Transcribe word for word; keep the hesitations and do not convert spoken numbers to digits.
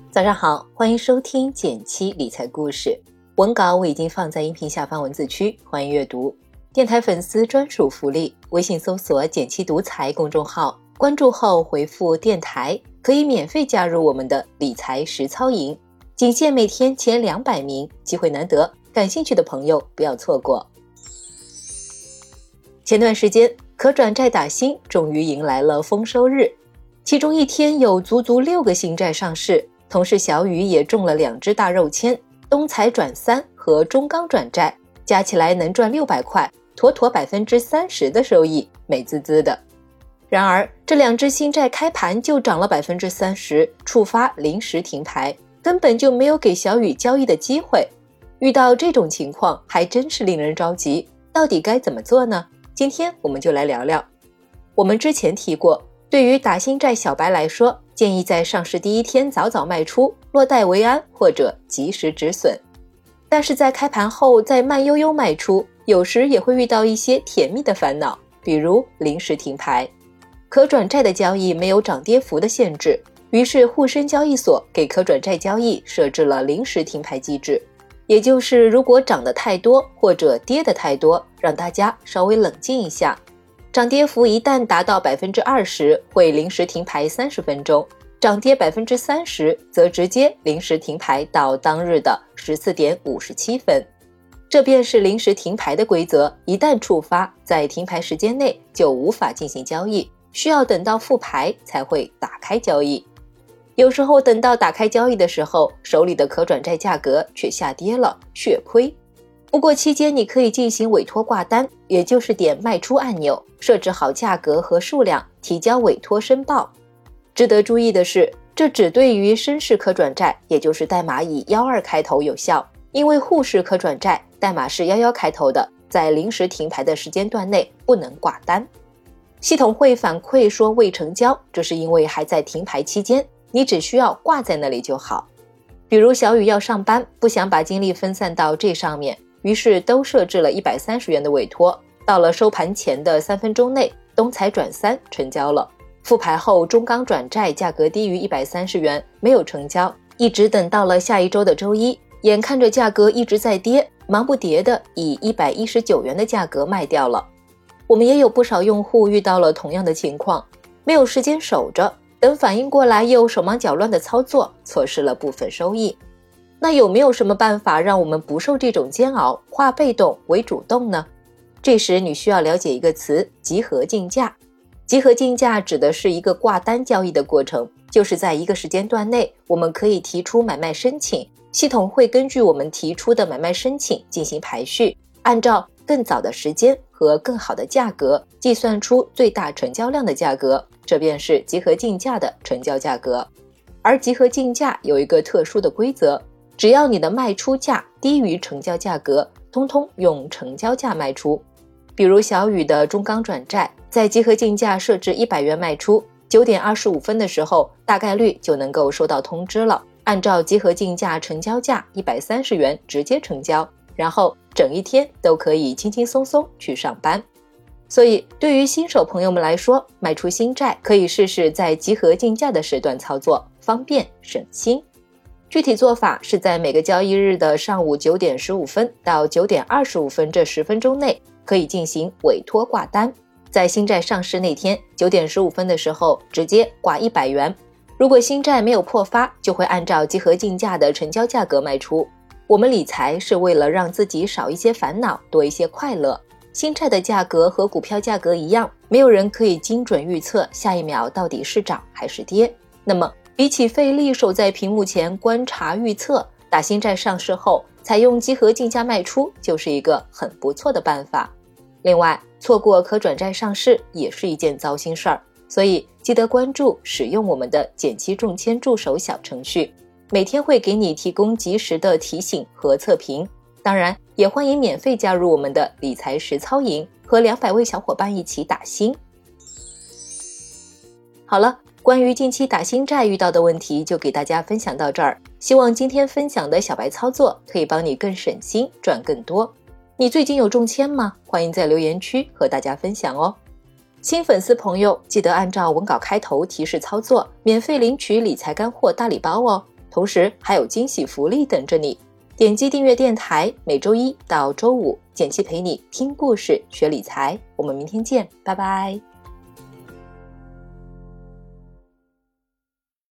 早上好，欢迎收听减七理财故事，文稿我已经放在音频下方文字区，欢迎阅读。电台粉丝专属福利，微信搜索减七独裁公众号，关注后回复电台，可以免费加入我们的理财实操营，仅限每天前两百名，机会难得，感兴趣的朋友不要错过。前段时间可转债打新终于迎来了丰收日，其中一天有足足六个新债上市，同事小雨也中了两只大肉签，东财转三和中钢转债，加起来能赚六百块，妥妥 百分之三十 的收益，美滋滋的。然而这两只新债开盘就涨了 百分之三十， 触发临时停牌，根本就没有给小雨交易的机会。遇到这种情况还真是令人着急，到底该怎么做呢？今天我们就来聊聊。我们之前提过，对于打新债小白来说，建议在上市第一天早早卖出，落袋为安或者及时止损。但是在开盘后再慢悠悠卖出，有时也会遇到一些甜蜜的烦恼，比如临时停牌。可转债的交易没有涨跌幅的限制，于是沪深交易所给可转债交易设置了临时停牌机制，也就是如果涨得太多或者跌得太多，让大家稍微冷静一下。涨跌幅一旦达到 百分之二十 会临时停牌三十分钟，涨跌 百分之三十 则直接临时停牌到当日的十四点五十七分。这便是临时停牌的规则，一旦触发，在停牌时间内就无法进行交易，需要等到复牌才会打开交易。有时候等到打开交易的时候，手里的可转债价格却下跌了，血亏。不过期间你可以进行委托挂单，也就是点卖出按钮，设置好价格和数量，提交委托申报。值得注意的是，这只对于深市可转债，也就是代码以一二开头有效，因为沪市可转债代码是一一开头的，在临时停牌的时间段内不能挂单。系统会反馈说未成交，这是因为还在停牌期间，你只需要挂在那里就好。比如小雨要上班，不想把精力分散到这上面，于是都设置了一百三十元的委托，到了收盘前的三分钟内，东财转三成交了。复牌后中钢转债价格低于一百三十元，没有成交，一直等到了下一周的周一，眼看着价格一直在跌，忙不迭的以一百一十九元的价格卖掉了。我们也有不少用户遇到了同样的情况，没有时间守着，等反应过来又手忙脚乱的操作，错失了部分收益。那有没有什么办法让我们不受这种煎熬，化被动为主动呢？这时你需要了解一个词，集合竞价。集合竞价指的是一个挂单交易的过程，就是在一个时间段内，我们可以提出买卖申请，系统会根据我们提出的买卖申请进行排序，按照更早的时间和更好的价格计算出最大成交量的价格，这便是集合竞价的成交价格。而集合竞价有一个特殊的规则，只要你的卖出价低于成交价格，通通用成交价卖出。比如小雨的中钢转债，在集合竞价设置一百元卖出，九点二十五分的时候，大概率就能够收到通知了，按照集合竞价成交价一百三十元直接成交，然后整一天都可以轻轻松松去上班。所以对于新手朋友们来说，卖出新债可以试试在集合竞价的时段操作，方便省心。具体做法是在每个交易日的上午九点十五分到九点二十五分这十分钟内，可以进行委托挂单。在新债上市那天九点十五分的时候，直接挂一百元。如果新债没有破发，就会按照集合竞价的成交价格卖出。我们理财是为了让自己少一些烦恼，多一些快乐。新债的价格和股票价格一样，没有人可以精准预测下一秒到底是涨还是跌。那么比起费力守在屏幕前观察预测，打新债上市后采用集合竞价卖出就是一个很不错的办法。另外，错过可转债上市也是一件糟心事儿，所以记得关注使用我们的减七中签助手小程序，每天会给你提供及时的提醒和测评。当然也欢迎免费加入我们的理财实操营，和两百位小伙伴一起打新。好了，关于近期打新债遇到的问题就给大家分享到这儿，希望今天分享的小白操作可以帮你更省心，赚更多。你最近有中签吗？欢迎在留言区和大家分享哦。新粉丝朋友记得按照文稿开头提示操作，免费领取理财干货大礼包哦。 同时还有惊喜福利等着你。点击订阅电台，每周一到周五，简七陪你听故事学理财。我们明天见，拜拜。